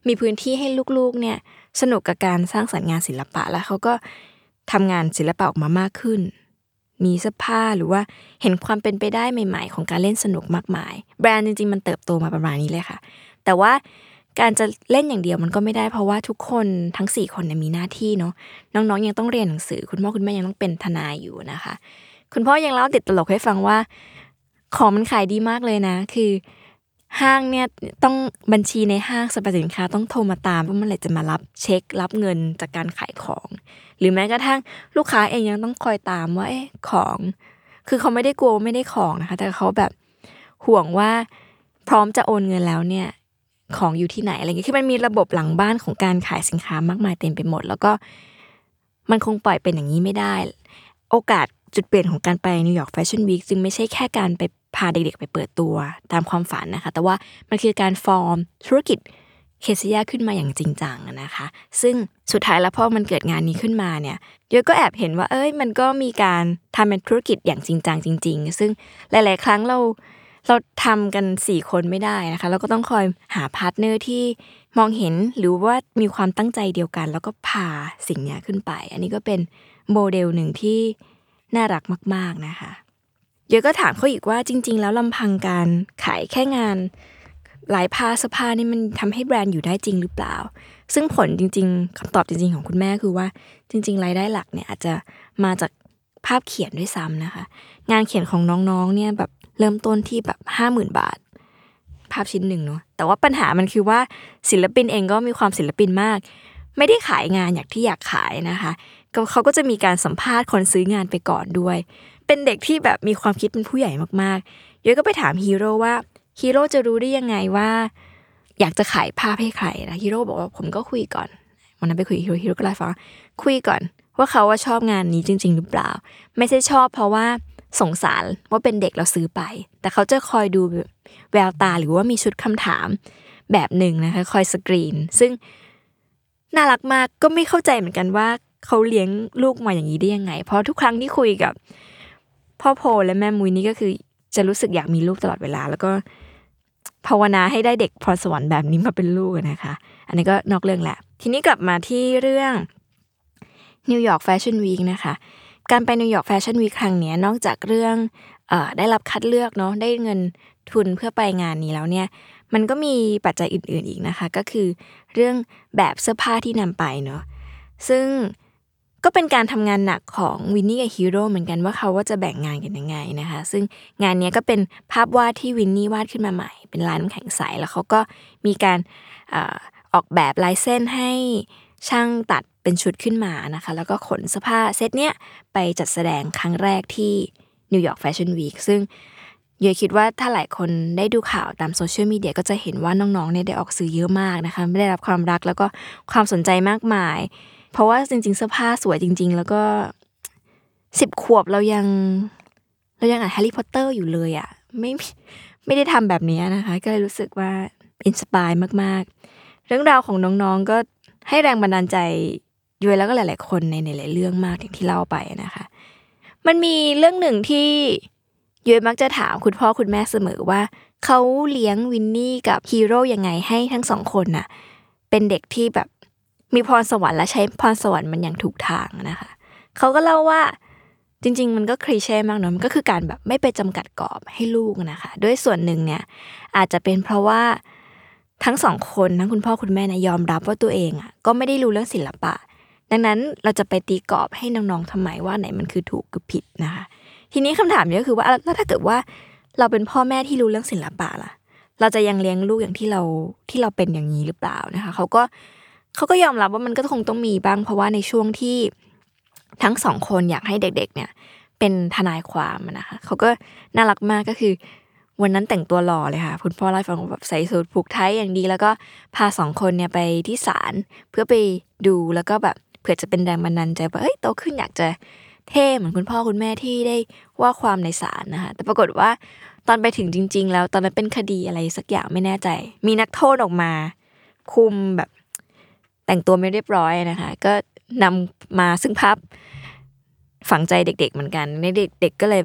มีพื้นที่ให้ลูกๆเนี่ยสนุกกับการสร้างสรรค์งานศิลปะแล้วเขาก็ทำงานศิลปะออกมามากขึ้นมีเสื้อผ้าหรือว่าเห็นความเป็นไปได้ใหม่ๆของการเล่นสนุกมากมายแบรนด์จริงๆมันเติบโตมาประมาณนี้เลยค่ะแต่ว่าการจะเล่นอย่างเดียวมันก็ไม่ได้เพราะว่าทุกคนทั้งสี่คนเนี่ยมีหน้าที่เนาะน้องๆยังต้องเรียนหนังสือคุณพ่อคุณแม่ยังต้องเป็นทนายอยู่นะคะคุณพ่อยังเล่าติดตลกให้ฟังว่าของมันขายดีมากเลยนะคือห้างเนี่ยต้องบัญชีในห้างสรรพสินค้าต้องโทรมาตามว่าเมื่อไหร่จะมารับเช็ครับเงินจากการขายของหรือแม้กระทั่งลูกค้าเองยังต้องคอยตามว่าเอ๊ะของคือเขาไม่ได้กลัวไม่ได้ของนะคะแต่เขาแบบห่วงว่าพร้อมจะโอนเงินแล้วเนี่ยของอยู่ที่ไหนอะไรอย่างเงี้ยคือมันมีระบบหลังบ้านของการขายสินค้ามากมายเต็มไปหมดแล้วก็มันคงปล่อยเป็นอย่างนี้ไม่ได้โอกาสจุดเปลี่ยนของการไปนิวยอร์กแฟชั่นวีคจึงไม่ใช่แค่การไปพาเด็กๆไปเปิดตัวตามความฝันนะคะแต่ว่ามันคือการฟอร์มธุรกิจเคซิยาขึ้นมาอย่างจริงจังนะคะซึ่งสุดท้ายแล้วพอมันเกิดงานนี้ขึ้นมาเนี่ยโยก็แอบเห็นว่าเอ้ยมันก็มีการทำเป็นธุรกิจอย่างจริงจังจริงๆซึ่งหลายๆครั้งเราเราทำกันสี่คนไม่ได้นะคะเราก็ต้องคอยหาพาร์ทเนอร์ที่มองเห็นหรือว่ามีความตั้งใจเดียวกันแล้วก็พาสิ่งนี้ขึ้นไปอันนี้ก็เป็นโมเดลหนึ่งที่น่ารักมากๆนะคะเดี๋ยวก็ถามเขาอีกว่าจริงๆแล้วลำพังการขายแค่งานหลายผ้าเสื้อผ้านี่มันทำให้แบรนด์อยู่ได้จริงหรือเปล่าซึ่งผลจริงๆคำตอบจริงๆของคุณแม่คือว่าจริงๆรายได้หลักเนี่ยอาจจะมาจากภาพเขียนด้วยซ้ำนะคะงานเขียนของน้องๆเนี่ยแบบเริ่มต้นที่แบบ ห้าหมื่น บาทภาพชิ้นหนึ่งเนาะแต่ว่าปัญหามันคือว่าศิลปินเองก็มีความศิลปินมากไม่ได้ขายงานอย่างที่อยากขายนะคะเขาก็จะมีการสัมภาษณ์คนซื้องานไปก่อนด้วยเป็นเด็กที่แบบมีความคิดเป็นผู้ใหญ่มากๆย้อยก็ไปถามฮีโร่ว่าฮีโร่จะรู้ได้ยังไงว่าอยากจะขายภาพให้ใครนะฮีโร่บอกว่าผมก็คุยก่อนวันนั้นไปคุยฮีโร่ฮีโร่ก็เล่าให้ฟังคุยก่อนว่าเขาว่าชอบงานนี้จริงๆหรือเปล่าไม่ใช่ชอบเพราะว่าสงสารว่าเป็นเด็กเราซื้อไปแต่เขาจะคอยดูแววตาหรือว่ามีชุดคำถามแบบหนึ่งนะคะคอยสกรีนซึ่งน่ารักมากก็ไม่เข้าใจเหมือนกันว่าเขาเลี้ยงลูกมาอย่างนี้ได้ยังไงเพราะทุกครั้งที่คุยกับพ่อโพและแม่มุ้ยนี่ก็คือจะรู้สึกอยากมีลูกตลอดเวลาแล้วก็ภาวนาให้ได้เด็กพรสวรรค์แบบนี้มาเป็นลูกนะคะอันนี้ก็นอกเรื่องแหละทีนี้กลับมาที่เรื่องนิวยอร์กแฟชั่นวีคนะคะการไปนิวยอร์กแฟชั่นวีคครั้งนี้นอกจากเรื่องเอ่อได้รับคัดเลือกเนาะได้เงินทุนเพื่อไปงานนี้แล้วเนี่ยมันก็มีปัจจัยอื่นๆอีกนะคะก็คือเรื่องแบบเสื้อผ้าที่นำไปเนาะซึ่งก็เป็นการทำงานหนักของวินนี่กับฮีโร่เหมือนกันว่าเขาว่าจะแบ่งงานกันยังไงนะคะซึ่งงานนี้ก็เป็นภาพวาดที่วินนี่วาดขึ้นมาใหม่เป็นลายน้ำแข็งใสแล้วเขาก็มีการเอ่อออกแบบลายเส้นให้ช่างตัดเป็นชุดขึ้นมานะคะแล้วก็ขนเสื้อผ้าเซตเนี้ยไปจัดแสดงครั้งแรกที่นิวยอร์กแฟชั่นวีคซึ่งเยคิดว่าถ้าหลายคนได้ดูข่าวตามโซเชียลมีเดียก็จะเห็นว่าน้องๆเนี่ยได้ออกสื่อเยอะมากนะคะไม่ได้รับความรักแล้วก็ความสนใจมากมายเพราะว่าจริงๆเสื้อผ้าสวยจริงๆแล้วก็สิบขวบเรายังเรายังอ่านแฮร์รี่พอตเตอร์อยู่เลยอ่ะไม่ไม่ได้ทำแบบนี้นะคะก็เลยรู้สึกว่าอินสปายมากๆเรื่องราวของน้องๆก็ให้แรงบันดาลใจย้อยแล้วก็หลายๆคนในในหลายเรื่องมากอย่างที่เล่าไปนะคะมันมีเรื่องหนึ่งที่ย้อยมักจะถามคุณพ่อคุณแม่เสมอว่าเขาเลี้ยงวินนี่กับฮีโร่ยังไงให้ทั้งสองคนน่ะเป็นเด็กที่แบบมีพรสวรรค์และใช้พรสวรรค์มันอย่างถูกทางนะคะเขาก็เล่าว่าจริงๆมันก็คลีเช่มากเนาะมันก็คือการแบบไม่ไปจำกัดกรอบให้ลูกนะคะด้วยส่วนหนึ่งเนี่ยอาจจะเป็นเพราะว่าทั้งสองคนทั้งคุณพ่อคุณแม่นะยอมรับว่าตัวเองอ่ะก็ไม่ได้รู้เรื่องศิลปะดังนั้นเราจะไปตีกรอบให้น้องๆทำไมว่าไหนมันคือถูกคือผิดนะคะทีนี้คำถามนี้ก็คือว่าแล้วถ้าเกิดว่าเราเป็นพ่อแม่ที่รู้เรื่องศิลปะล่ะเราจะยังเลี้ยงลูกอย่างที่เราที่เราเป็นอย่างนี้หรือเปล่านะคะเขาก็เขาก็ยอมรับว่ามันก็คงต้องมีบ้างเพราะว่าในช่วงที่ทั้งสองคนอยากให้เด็กๆเนี่ยเป็นทนายความนะคะเขาก็น่ารักมากก็คือวันนั้นแต่งตัวหล่อเลยค่ะคุณพ่อเล่าให้ฟังแบบใส่สูทผูกไทยอย่างดีแล้วก็พาสองคนเนี่ยไปที่ศาลเพื่อไปดูแล้วก็แบบเผื่อจะเป็นแรงบันดาลใจว่าเอ้ยโตขึ้นอยากจะเท่เหมือนคุณพ่อคุณแม่ที่ได้ว่าความในศาลนะคะแต่ปรากฏว่าตอนไปถึงจริงๆแล้วตอนนั้นเป็นคดีอะไรสักอย่างไม่แน่ใจมีนักโทษออกมาคุมแบบแต่งตัวไม่เรียบร้อยนะคะก็นำมาซึ่งภาพฝังใจเด็กๆเหมือนกันในเด็กๆก็เลยแบบ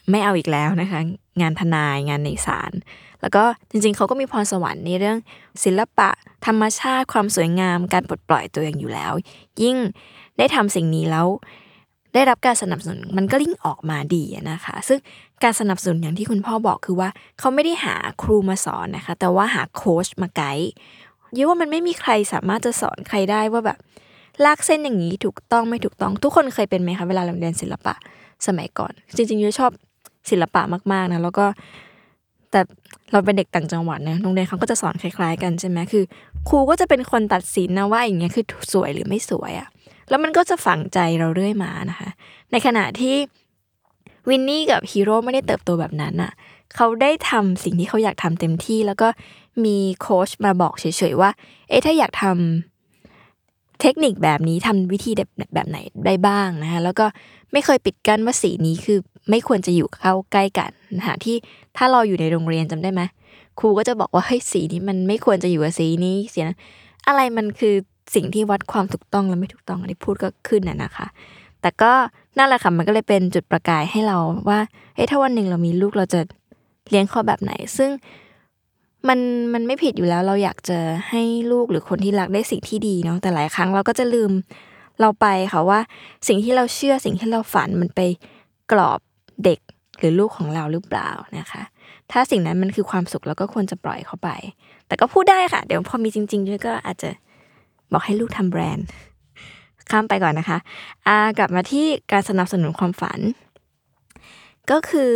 ไม่เอาอีกแล้วนะคะงานทนายงานในศาลแล้วก็จริงๆเขาก็มีพรสวรรค์ในเรื่องศิลปะธรรมชาติความสวยงามการปลดปล่อยตัวเองอยู่แล้วยิ่งได้ทำสิ่งนี้แล้วได้รับการสนับสนุนมันก็ยิ่งออกมาดีนะคะซึ่งการสนับสนุนอย่างที่คุณพ่อบอกคือว่าเขาไม่ได้หาครูมาสอนนะคะแต่ว่าหาโค้ชมาไกด์เยอะว่ามันไม่มีใครสามารถจะสอนใครได้ว่าแบบลากเส้นอย่างนี้ถูกต้องไม่ถูกต้องทุกคนเคยเป็นไหมคะเวลาเราเรียนศิลปะสมัยก่อนจริงๆเยอะชอบศิลปะมากๆนะแล้วก็แต่เราเป็นเด็กต่างจังหวัดนะโรงเรียนเขาก็จะสอนคล้ายๆกันใช่ไหมคือครูก็จะเป็นคนตัดสินนะว่าอย่างเงี้ยคือสวยหรือไม่สวยอ่ะแล้วมันก็จะฝังใจเราเรื่อยมานะคะในขณะที่วินนี่กับฮีโร่ไม่ได้เติบโตแบบนั้นอ่ะเขาได้ทำสิ่งที่เขาอยากทำเต็มที่แล้วก็มีโค้ชมาบอกเฉยๆว่าเอ๊ะถ้าอยากทำเทคนิคแบบนี้ทำวิธีแบบไหนได้บ้างนะคะแล้วก็ไม่เคยปิดกั้นว่าสีนี้คือไม่ควรจะอยู่เข้าใกล้กันนะคะที่ถ้าเราอยู่ในโรงเรียนจำได้ไหมครูก็จะบอกว่าเฮ้ยสีนี้มันไม่ควรจะอยู่กับสีนี้เสียนะอะไรมันคือสิ่งที่วัดความถูกต้องและไม่ถูกต้องอันนี้พูดก็ขึ้นน่ะนะคะแต่ก็นั่นแหละค่ะมันก็เลยเป็นจุดประกายให้เราว่าเฮ้ยถ้าวันหนึ่งเรามีลูกเราจะเลี้ยงเขาแบบไหนซึ่งมันมันไม่ผิดอยู่แล้วเราอยากจะให้ลูกหรือคนที่รักได้สิ่งที่ดีเนาะแต่หลายครั้งเราก็จะลืมเราไปค่ะว่าสิ่งที่เราเชื่อสิ่งที่เราฝันมันไปกรอบเด็กหรือลูกของเราหรือเปล่านะคะถ้าสิ่งนั้นมันคือความสุขเราก็ควรจะปล่อยเขาไปแต่ก็พูดได้ค่ะเดี๋ยวพอมีจริงๆด้วยก็อาจจะบอกให้ลูกทำแบรนด์ข้ามไปก่อนนะคะอ่ากลับมาที่การสนับสนุนความฝันก็คือ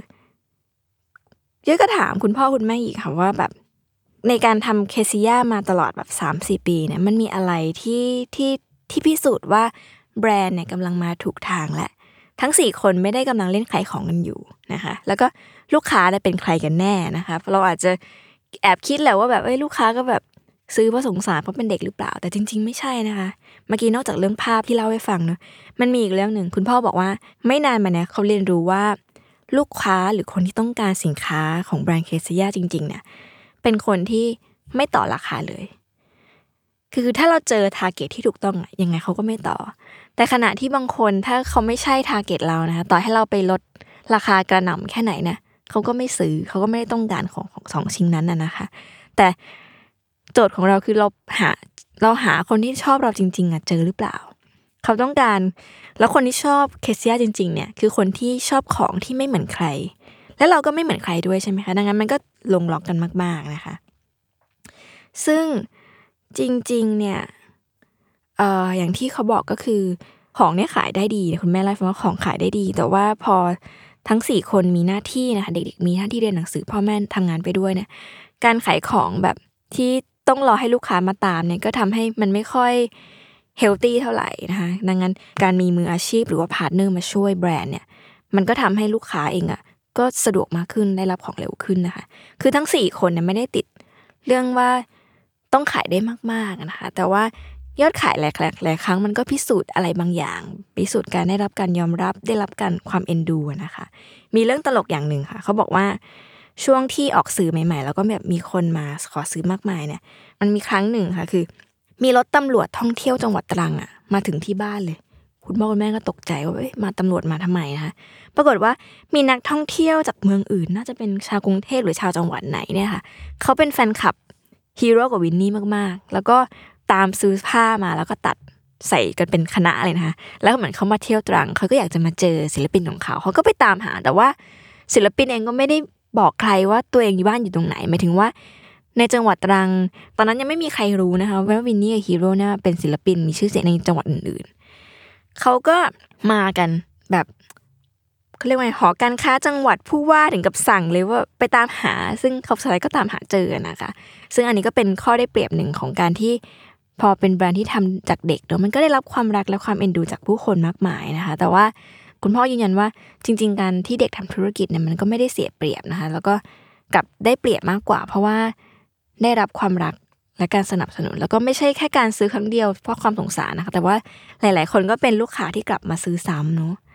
เยอะก็ถามคุณพ่อคุณแม่อีกค่ะว่าแบบในการทำเคซิย่ามาตลอดแบบ สามถึงสี่ ปีเนี่ยมันมีอะไรที่ที่ที่พิสูจน์ว่าแบรนด์เนี่ยกำลังมาถูกทางและทั้งสี่คนไม่ได้กำลังเล่นขายของกันอยู่นะคะแล้วก็ลูกค้าได้เป็นใครกันแน่นะคะเราอาจจะแอบคิดแหละว่าแบบเอ้ยลูกค้าก็แบบซื้อเพราะสงสารเพราะเป็นเด็กหรือเปล่าแต่จริงๆไม่ใช่นะคะเมื่อกี้นอกจากเรื่องภาพที่เล่าให้ฟังเนาะมันมีอีกเรื่องนึงคุณพ่อบอกว่าไม่นานมาเนี่ยเขาเรียนรู้ว่าลูกค้าหรือคนที่ต้องการสินค้าของแบรนด์เคซิย่าจริงๆเนี่ยเป็นคนที่ไม่ต่อราคาเลยคือถ้าเราเจอทาร์เก็ตที่ถูกต้องยังไงเขาก็ไม่ต่อแต่ขณะที่บางคนถ้าเขาไม่ใช่ทาร์เก็ตเรานะคะต่อให้เราไปลดราคากระหน่ำแค่ไหนเนี่ยเขาก็ไม่ซื้อเขาก็ไม่ได้ต้องการของของสองชิ้นนั้นน่ะนะคะแต่โจทย์ของเราคือเราหาเราหาคนที่ชอบเราจริงๆอ่ะเจอหรือเปล่าเขาต้องการแล้วคนที่ชอบเคซิย่าจริงๆเนี่ยคือคนที่ชอบของที่ไม่เหมือนใครและเราก็ไม่เหมือนใครด้วยใช่ไหมคะดังนั้นมันก็ลงล็อกกันมากๆนะคะซึ่งจริงๆเนี่ยเอ่ออย่างที่เขาบอกก็คือของเนี่ยขายได้ดีคุณแม่เล่าให้ฟังว่าของขายได้ดีแต่ว่าพอทั้งสี่คนมีหน้าที่นะคะเด็กๆมีหน้าที่เรียนหนังสือพ่อแม่ทำงานไปด้วยเนี่ยการขายของแบบที่ต้องรอให้ลูกค้ามาตามเนี่ยก็ทำให้มันไม่ค่อยเฮลตี้เท่าไหร่นะคะดังนั้นการมีมืออาชีพหรือว่าพาร์ทเนอร์มาช่วยแบรนด์เนี่ยมันก็ทำให้ลูกค้าเองอ่ะก็สะดวกมากขึ้นได้รับของเร็วขึ้นนะคะคือทั้งสี่คนเนี่ยไม่ได้ติดเรื่องว่าต้องขายได้มากๆนะคะแต่ว่ายอดขายหลายๆหลายครั้งมันก็พิสูจน์อะไรบางอย่างพิสูจน์การได้รับการยอมรับได้รับการความเอ็นดูนะคะมีเรื่องตลกอย่างนึงค่ะเขาบอกว่าช่วงที่ออกสื่อใหม่ๆแล้วก็แบบมีคนมาขอซื้อมากมายเนี่ยมันมีครั้งหนึ่งค่ะคือมีรถตำรวจท่องเที่ยวจังหวัดตรังอ่ะมาถึงที่บ้านเลยคุณพ่อคุณแม่ก็ตกใจว่าเอ้ยมาตำรวจมาทำไมนะคะปรากฏว่ามีนักท่องเที่ยวจากเมืองอื่นน่าจะเป็นชาวกรุงเทพหรือชาวจังหวัดไหนเนี่ยค่ะเขาเป็นแฟนคลับฮีโร่กับวินนี่มากๆแล้วก็ตามซื้อผ้ามาแล้วก็ตัดใส่กันเป็นคณะเลยนะคะแล้วเหมือนเขามาเที่ยวตรังเขาก็อยากจะมาเจอศิลปินของเขาเขาก็ไปตามหาแต่ว่าศิลปินเองก็ไม่ได้บอกใครว่าตัวเองอยู่บ้านอยู่ตรงไหนหมายถึงว่าในจังหวัดตรังตอนนั้นยังไม่มีใครรู้นะคะว่าวินนี่กับฮีโร่เนี่ยเป็นศิลปินมีชื่อเสียงในจังหวัดอื่นๆเขาก็มากันแบบเขาเรียกว่าหอการค้าจังหวัดผู้ว่าถึงกับสั่งเลยว่าไปตามหาซึ่งเขาสุดท้ายก็ตามหาเจอนะคะซึ่งอันนี้ก็เป็นข้อได้เปรียบหนึ่งของการที่พอเป็นแบรนด์ที่ทำจากเด็กแล้วมันก็ได้รับความรักและความเอ็นดูจากผู้คนมากมายนะคะแต่ว่าคุณพ่อยืนยันว่าจริงๆการที่เด็กทำธุรกิจเนี่ยมันก็ไม่ได้เสียเปรียบนะคะแล้วก็กลับได้เปรียบมากกว่าเพราะว่าได้รับความรักและการสนับสนุนแล้วก็ไม่ใช่แค่การซื้อครั้งเดียวเพราะความสงสารนะคะแต่ว่าหลายๆคนก็เป็นลูกค้าที่กลับมาซื้อซ้ำเนาะ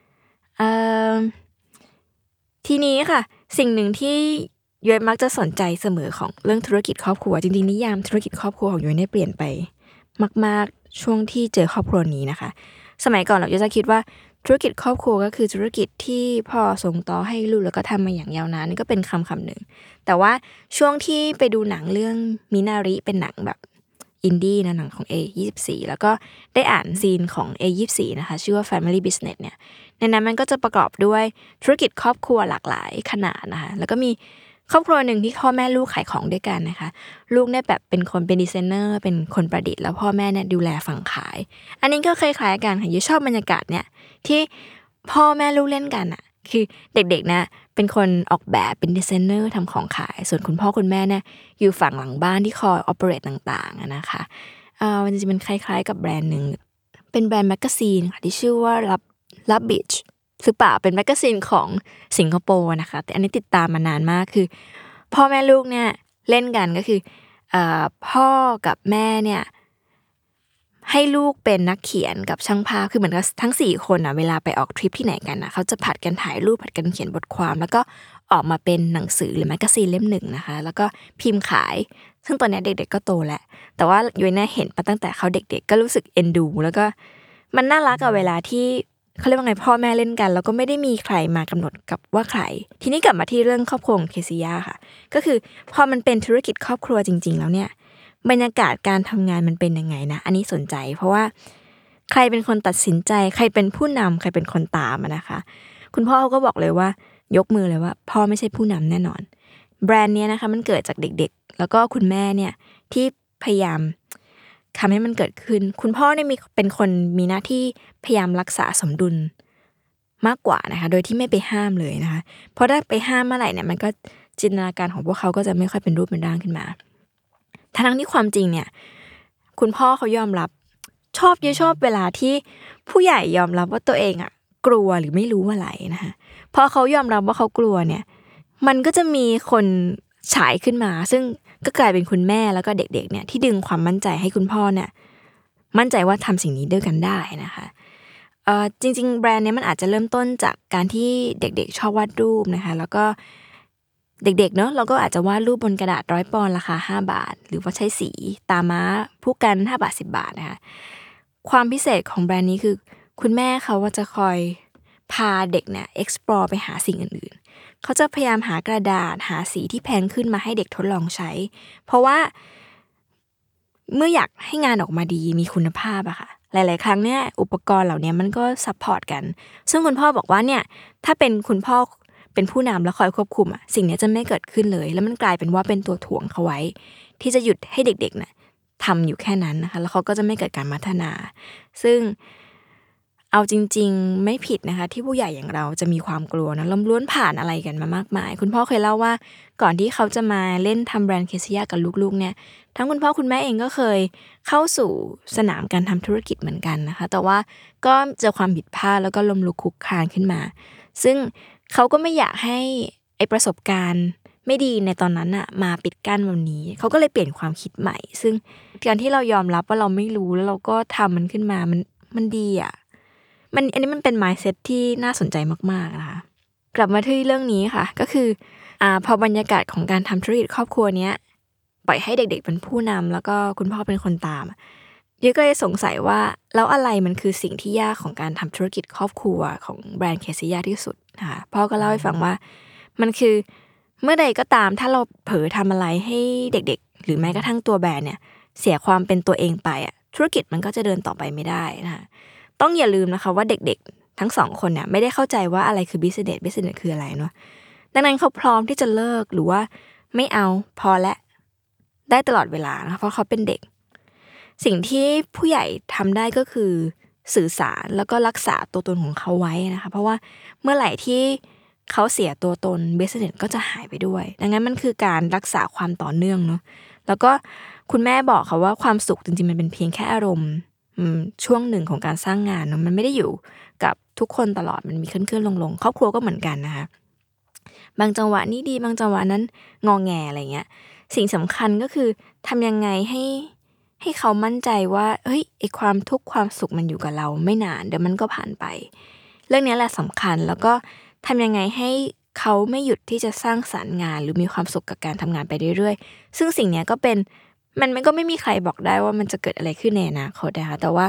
ทีนี้ค่ะสิ่งหนึ่งที่ย้อยมักจะสนใจเสมอของเรื่องธุรกิจครอบครัวจริงๆนิยามธุรกิจครอบครัวของย้อยเนี่ยเปลี่ยนไปมากๆช่วงที่เจอครอบครัวนี้นะคะสมัยก่อนเราจะคิดว่าธุรกิจครอบครัวก็คือธุรกิจที่พ่อส่งต่อให้ลูกแล้วก็ทำมาอย่างยาวนานนี่ก็เป็นคำคำหนึ่งแต่ว่าช่วงที่ไปดูหนังเรื่องมินาริเป็นหนังแบบอินดี้นะหนังของ เอ ยี่สิบสี่ แล้วก็ได้อ่านซีนของ เอ ยี่สิบสี่ นะคะชื่อว่า Family Business เนี่ยในนั้นมันก็จะประกอบด้วยธุรกิจครอบครัวหลากหลายขนาดนะคะแล้วก็มีครอบครัวหนึ่งที่พ่อแม่ลูกขายของด้วยกันนะคะลูกเนี่ยแบบเป็นคนเป็นดีไซเนอร์เป็นคนประดิษฐ์แล้วพ่อแม่เนี่ยดูแลฝั่งขายอันนี้ก็คล้ายๆกันค่ะยูชอบบรรยากาศเนี่ยที่พ่อแม่ลูกเล่นกันอ่ะคือเด็กๆนะเป็นคนออกแบบเป็นดีไซเนอร์ทำของขายส่วนคุณพ่อคุณแม่เนี่ยอยู่ฝั่งหลังบ้านที่คอยออเปเรตต่างๆนะคะเอ่อมันจะเป็นคล้ายๆกับแบรนด์นึงเป็นแบรนด์แมกกาซีนค่ะที่ชื่อว่า Lubbageหรือเปล่าเป็นแมกกาซีนของสิงคโปร์นะคะแต่อันนี้ติดตามมานานมากคือพ่อแม่ลูกเนี่ยเล่นกันก็คือเอ่อพ่อกับแม่เนี่ยให้ลูกเป็นนักเขียนกับช่างภาพคือเหมือนกับทั้งสี่คนน่ะเวลาไปออกทริปที่ไหนกันน่ะเขาจะผัดกันถ่ายรูปผัดกันเขียนบทความแล้วก็ออกมาเป็นหนังสือหรือแมกกาซีนเล่มหนึ่งนะคะแล้วก็พิมพ์ขายซึ่งตอนนี้เด็กๆก็โตแล้วแต่ว่ายุ้ยน่าเห็นมาตั้งแต่เขาเด็กๆก็รู้สึกเอ็นดูแล้วก็มันน่ารักกับเวลาที่เขาเรียกว่าไงพ่อแม่เล่นกันแล้วก็ไม่ได้มีใครมากำหนดกับว่าใครทีนี้กลับมาที่เรื่องครอบครัวของเคซิยาค่ะก็คือพอมันเป็นธุรกิจครอบครัวจริงๆแล้วเนี่ยบรรยากาศการทำงานมันเป็นยังไงนะอันนี้สนใจเพราะว่าใครเป็นคนตัดสินใจใครเป็นผู้นำใครเป็นคนตามนะคะคุณพ่อเขาก็บอกเลยว่ายกมือเลยว่าพ่อไม่ใช่ผู้นำแน่นอนแบรนด์นี้นะคะมันเกิดจากเด็กๆแล้วก็คุณแม่เนี่ยที่พยายามทำให้มันเกิดขึ้นคุณพ่อเนี่ยมีเป็นคนมีหน้าที่พยายามรักษาสมดุลมากกว่านะคะโดยที่ไม่ไปห้ามเลยนะคะเพราะถ้าไปห้ามเมื่อไหร่เนี่ยมันก็จินตนาการของพวกเขาก็จะไม่ค่อยเป็นรูปเป็นร่างขึ้นมาทั้งที่ความจริงเนี่ยคุณพ่อเขายอมรับชอบเยอะชอบเวลาที่ผู้ใหญ่ยอมรับว่าตัวเองอ่ะกลัวหรือไม่รู้อะไรนะคะพอเขายอมรับว่าเขากลัวเนี่ยมันก็จะมีคนฉายขึ้นมาซึ่งก็กลายเป็นคุณแม่แล้วก็เด็กๆเนี่ยที่ดึงความมั่นใจให้คุณพ่อเนี่ยมั่นใจว่าทำสิ่งนี้ด้วยกันได้นะคะเอ่อจริงๆแบรนด์นี้มันอาจจะเริ่มต้นจากการที่เด็กๆชอบวาดรูปนะคะแล้วก็เด็กๆเนาะเราก็อาจจะวาดรูปบนกระดาษร้อยปอนด์ราคาห้าบาทหรือว่าใช้สีตาม้าผู้กันห้าบาทสิบบาทนะคะความพิเศษของแบรนด์นี้คือคุณแม่เขาว่าจะคอยพาเด็กเนี่ย explore ไปหาสิ่งอื่นๆเขาจะพยายามหากระดาษหาสีที่แพงขึ้นมาให้เด็กทดลองใช้เพราะว่าเมื่ออยากให้งานออกมาดีมีคุณภาพอะค่ะหลายๆครั้งเนี่ยอุปกรณ์เหล่านี้มันก็ซัพพอร์ตกันซึ่งคุณพ่อบอกว่าเนี่ยถ้าเป็นคุณพ่อเป็นผู้นำแล้วคอยควบคุมอะสิ่งนี้จะไม่เกิดขึ้นเลยแล้วมันกลายเป็นว่าเป็นตัวถ่วงเขาไว้ที่จะหยุดให้เด็กๆเนี่ยทำอยู่แค่นั้นนะคะแล้วเขาก็จะไม่เกิดการพัฒนาซึ่งเอาจริงๆไม่ผิดนะคะที่ผู้ใหญ่อย่างเราจะมีความกลัวนะล้มล้วนผ่านอะไรกันมามากมายคุณพ่อเคยเล่าว่าก่อนที่เขาจะมาเล่นทำแบรนด์เคซิยากับลูกๆเนี่ยทั้งคุณพ่อคุณแม่เองก็เคยเข้าสู่สนามการทำธุรกิจเหมือนกันนะคะแต่ว่าก็เจอความผิดพลาดแล้วก็ล้มลุกคลุกคลานขึ้นมาซึ่งเขาก็ไม่อยากให้ไอประสบการณ์ไม่ดีในตอนนั้นอะมาปิดกั้นวันนี้เขาก็เลยเปลี่ยนความคิดใหม่ซึ่งการที่เรายอมรับว่าเราไม่รู้แล้วเราก็ทำมันขึ้นมามันมันดีอะมันอันนี้มันเป็น mindset ที่น่าสนใจมากๆนะคะกลับมาที่เรื่องนี้ค่ะก็คืออ่าพอบรรยากาศของการทำธุรกิจครอบครัวเนี้ยปล่อยให้เด็กๆเป็นผู้นำแล้วก็คุณพ่อเป็นคนตามยุ้ยก็เลยสงสัยว่าแล้วอะไรมันคือสิ่งที่ยากของการทำธุรกิจครอบครัวของแบรนด์เคซิยาที่สุดนะคะพ่อก็เล่าให้ฟังว่ามันคือเมื่อใดก็ตามถ้าเราเผลอทำอะไรให้เด็กๆหรือแม้กระทั่งตัวแบรนด์เนี่ยเสียความเป็นตัวเองไปอ่ะธุรกิจมันก็จะเดินต่อไปไม่ได้นะคะต้องอย่าลืมนะคะว่าเด็กๆทั้งสองคนเนี่ยไม่ได้เข้าใจว่าอะไรคือ business business คืออะไรเนาะดังนั้นเขาพร้อมที่จะเลิกหรือว่าไม่เอาพอและได้ตลอดเวลานะคะเพราะเขาเป็นเด็กสิ่งที่ผู้ใหญ่ทำได้ก็คือสื่อสารแล้วก็รักษาตัวตนของเขาไว้นะคะเพราะว่าเมื่อไหร่ที่เขาเสียตัวตน business ก็จะหายไปด้วยดังนั้นมันคือการรักษาความต่อเนื่องเนาะแล้วก็คุณแม่บอกเขาว่าความสุขจริงๆมันเป็นเพียงแค่อารมณ์ช่วงหนึ่งของการสร้างงานเนาะมันไม่ได้อยู่กับทุกคนตลอดมันมีขึ้นขึ้นลงลงครอบครัวก็เหมือนกันนะคะบางจังหวะนี้ดีบางจังหวะนั้นงอแงอะไรเงี้ยสิ่งสำคัญก็คือทำยังไงให้ให้เขามั่นใจว่าเฮ้ยไอความทุกข์ความสุขมันอยู่กับเราไม่นานเดี๋ยวมันก็ผ่านไปเรื่องนี้แหละสำคัญแล้วก็ทำยังไงให้เขาไม่หยุดที่จะสร้างสรรค์งานหรือมีความสุขกับการทำงานไปเรื่อยๆซึ่งสิ่งนี้ก็เป็นมันมันก็ไม่มีใครบอกได้ว่ามันจะเกิดอะไรขึ้นในอนาคตนะคะแต่ว่า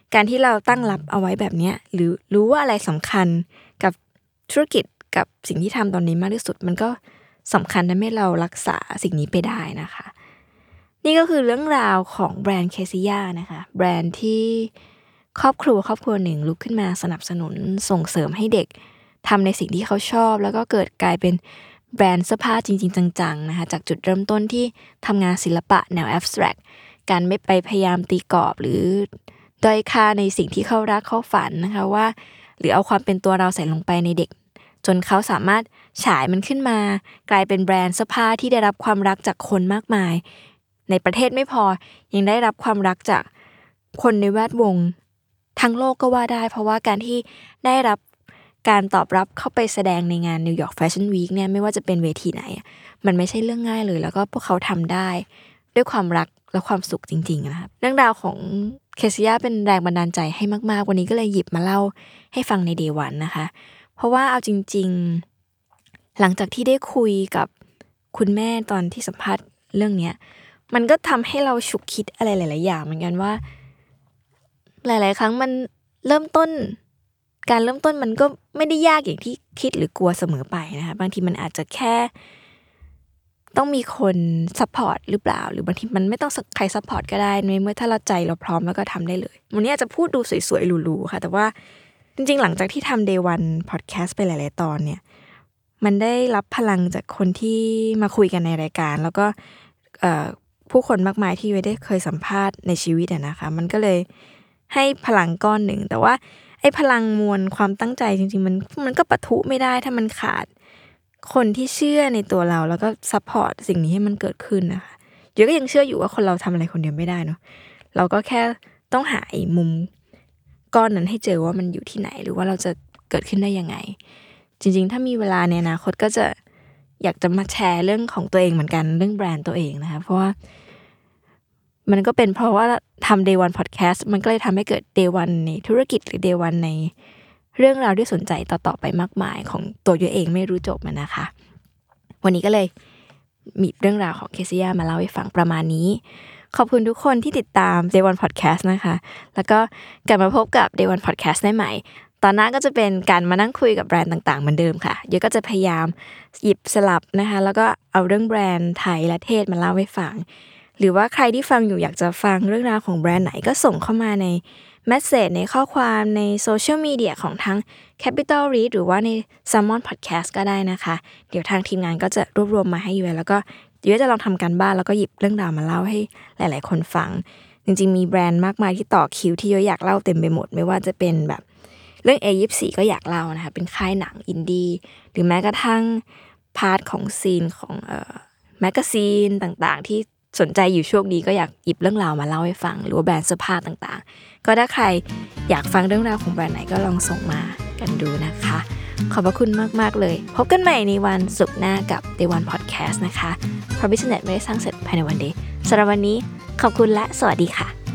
การที่เราตั้งรับเอาไว้แบบนี้หรือรู้ว่าอะไรสำคัญกับธุรกิจกับสิ่งที่ทำตอนนี้มากที่สุดมันก็สำคัญทำให้เรารักษาสิ่งนี้ไปได้นะคะนี่ก็คือเรื่องราวของแบรนด์เคซิย่านะคะแบรนด์ที่ครอบครัวครอบครัวหนึ่งลุกขึ้นมาสนับสนุนส่งเสริมให้เด็กทำในสิ่งที่เขาชอบแล้วก็เกิดกลายเป็นแบรนด์เสื้อผ้าจริงๆจังๆนะคะจากจุดเริ่มต้นที่ทำงานศิลปะแนวแอบสแตรกการไม่ไปพยายามตีกรอบหรือด้อยค่าในสิ่งที่เขารักเขาฝันนะคะว่าหรือเอาความเป็นตัวเราใส่ลงไปในเด็กจนเขาสามารถฉายมันขึ้นมากลายเป็นแบรนด์เสื้อผ้าที่ได้รับความรักจากคนมากมายในประเทศไม่พอยังได้รับความรักจากคนในแวดวงทั้งโลกก็ว่าได้เพราะว่าการที่ได้รับการตอบรับเข้าไปแสดงในงาน New York Fashion Week เนี่ยไม่ว่าจะเป็นเวทีไหนมันไม่ใช่เรื่องง่ายเลยแล้วก็พวกเขาทำได้ด้วยความรักและความสุขจริงๆนะครับเรื่องราวของเคซิย่าเป็นแรงบันดาลใจให้มากๆวันนี้ก็เลยหยิบมาเล่าให้ฟังใน Day วันนะคะเพราะว่าเอาจริงๆหลังจากที่ได้คุยกับคุณแม่ตอนที่สัมภาษณ์เรื่องนี้มันก็ทำให้เราฉุกคิดอะไรหลายๆอย่างเหมือนกันว่าหลายๆครั้งมันเริ่มต้นการเริ่มต้นมันก็ไม่ได้ยากอย่างที่คิดหรือกลัวเสมอไปนะคะบางทีมันอาจจะแค่ต้องมีคนซัพพอร์ตหรือเปล่าหรือบางทีมันไม่ต้องใครซัพพอร์ตก็ได้เมื่อถ้าเราใจเราพร้อมแล้วก็ทำได้เลยวันนี้อาจจะพูดดูสวยๆหรูๆค่ะแต่ว่าจริงๆหลังจากที่ทำ Day วัน Podcast ไปหลายๆตอนเนี่ยมันได้รับพลังจากคนที่มาคุยกันในรายการแล้วก็ผู้คนมากมายที่ได้เคยสัมภาษณ์ในชีวิตนะคะมันก็เลยให้พลังก้อนหนึ่งแต่ว่าไอ้พลังมวลความตั้งใจจริงๆมันมันก็ปะทุไม่ได้ถ้ามันขาดคนที่เชื่อในตัวเราแล้วก็ซัพพอร์ตสิ่งนี้ให้มันเกิดขึ้นนะคะเดี๋ยวก็ยังเชื่ออยู่ว่าคนเราทำอะไรคนเดียวไม่ได้เนาะเราก็แค่ต้องหาไอ้มุมก้อนนั้นให้เจอว่ามันอยู่ที่ไหนหรือว่าเราจะเกิดขึ้นได้ยังไงจริงๆถ้ามีเวลาในอนาคตก็จะอยากจะมาแชร์เรื่องของตัวเองเหมือนกันเรื่องแบรนด์ตัวเองนะคะเพราะว่ามันก็เป็นเพราะว่าทำ Day วัน Podcast มันก็เลยทำให้เกิด Day วันในธุรกิจหรือ Day วันในเรื่องราวที่สนใจต่อๆไปมากมายของตัวตัวเองไม่รู้จบมันนะคะวันนี้ก็เลยมีเรื่องราวของเคซิย่ามาเล่าให้ฟังประมาณนี้ขอบคุณทุกคนที่ติดตาม Day วัน Podcast นะคะแล้วก็กลับมาพบกับ Day วัน Podcast ได้ใหม่ตอนหน้าก็จะเป็นการมานั่งคุยกับแบรนด์ต่างๆเหมือนเดิมค่ะเดี๋ยวก็จะพยายามหยิบสลับนะคะแล้วก็เอาเรื่องแบรนด์ไทยและเทศมาเล่าให้ฟังหรือว่าใครที่ฟังอยู่อยากจะฟังเรื่องราวของแบรนด์ไหนก็ส่งเข้ามาในเมสเสจในข้อความในโซเชียลมีเดียของทั้ง Capital Read หรือว่าใน Salmon Podcast ก็ได้นะคะเดี๋ยวทางทีมงานก็จะรวบรวมมาให้อยู่แล้วก็เดี๋ยวจะลองทำการบ้านแล้วก็หยิบเรื่องราวมาเล่าให้หลายๆคนฟังจริงๆมีแบรนด์มากมายที่ต่อคิวที่อยากเล่าเต็มไปหมดไม่ว่าจะเป็นแบบเรื่อง เอ ยี่สิบสี่ ก็อยากเล่านะคะเป็นค่ายหนังอินดี้หรือแม้กระทั่งพาร์ทของซีนของเอ่อแมกกาซีนต่างๆที่สนใจอยู่ช่วงนี้ก็อยากหยิบเรื่องราวมาเล่าให้ฟังหรือว่าแบรนด์เสื้อผ้าต่างๆก็ถ้าใครอยากฟังเรื่องราวของแบรนด์ไหนก็ลองส่งมากันดูนะคะขอบพระคุณมากๆเลยพบกันใหม่ในวันศุกร์หน้ากับ Day วัน Podcast นะคะเพราะ Business ไม่ได้สร้างเสร็จภายในวันเดียวสำหรับวันนี้ขอบคุณและสวัสดีค่ะ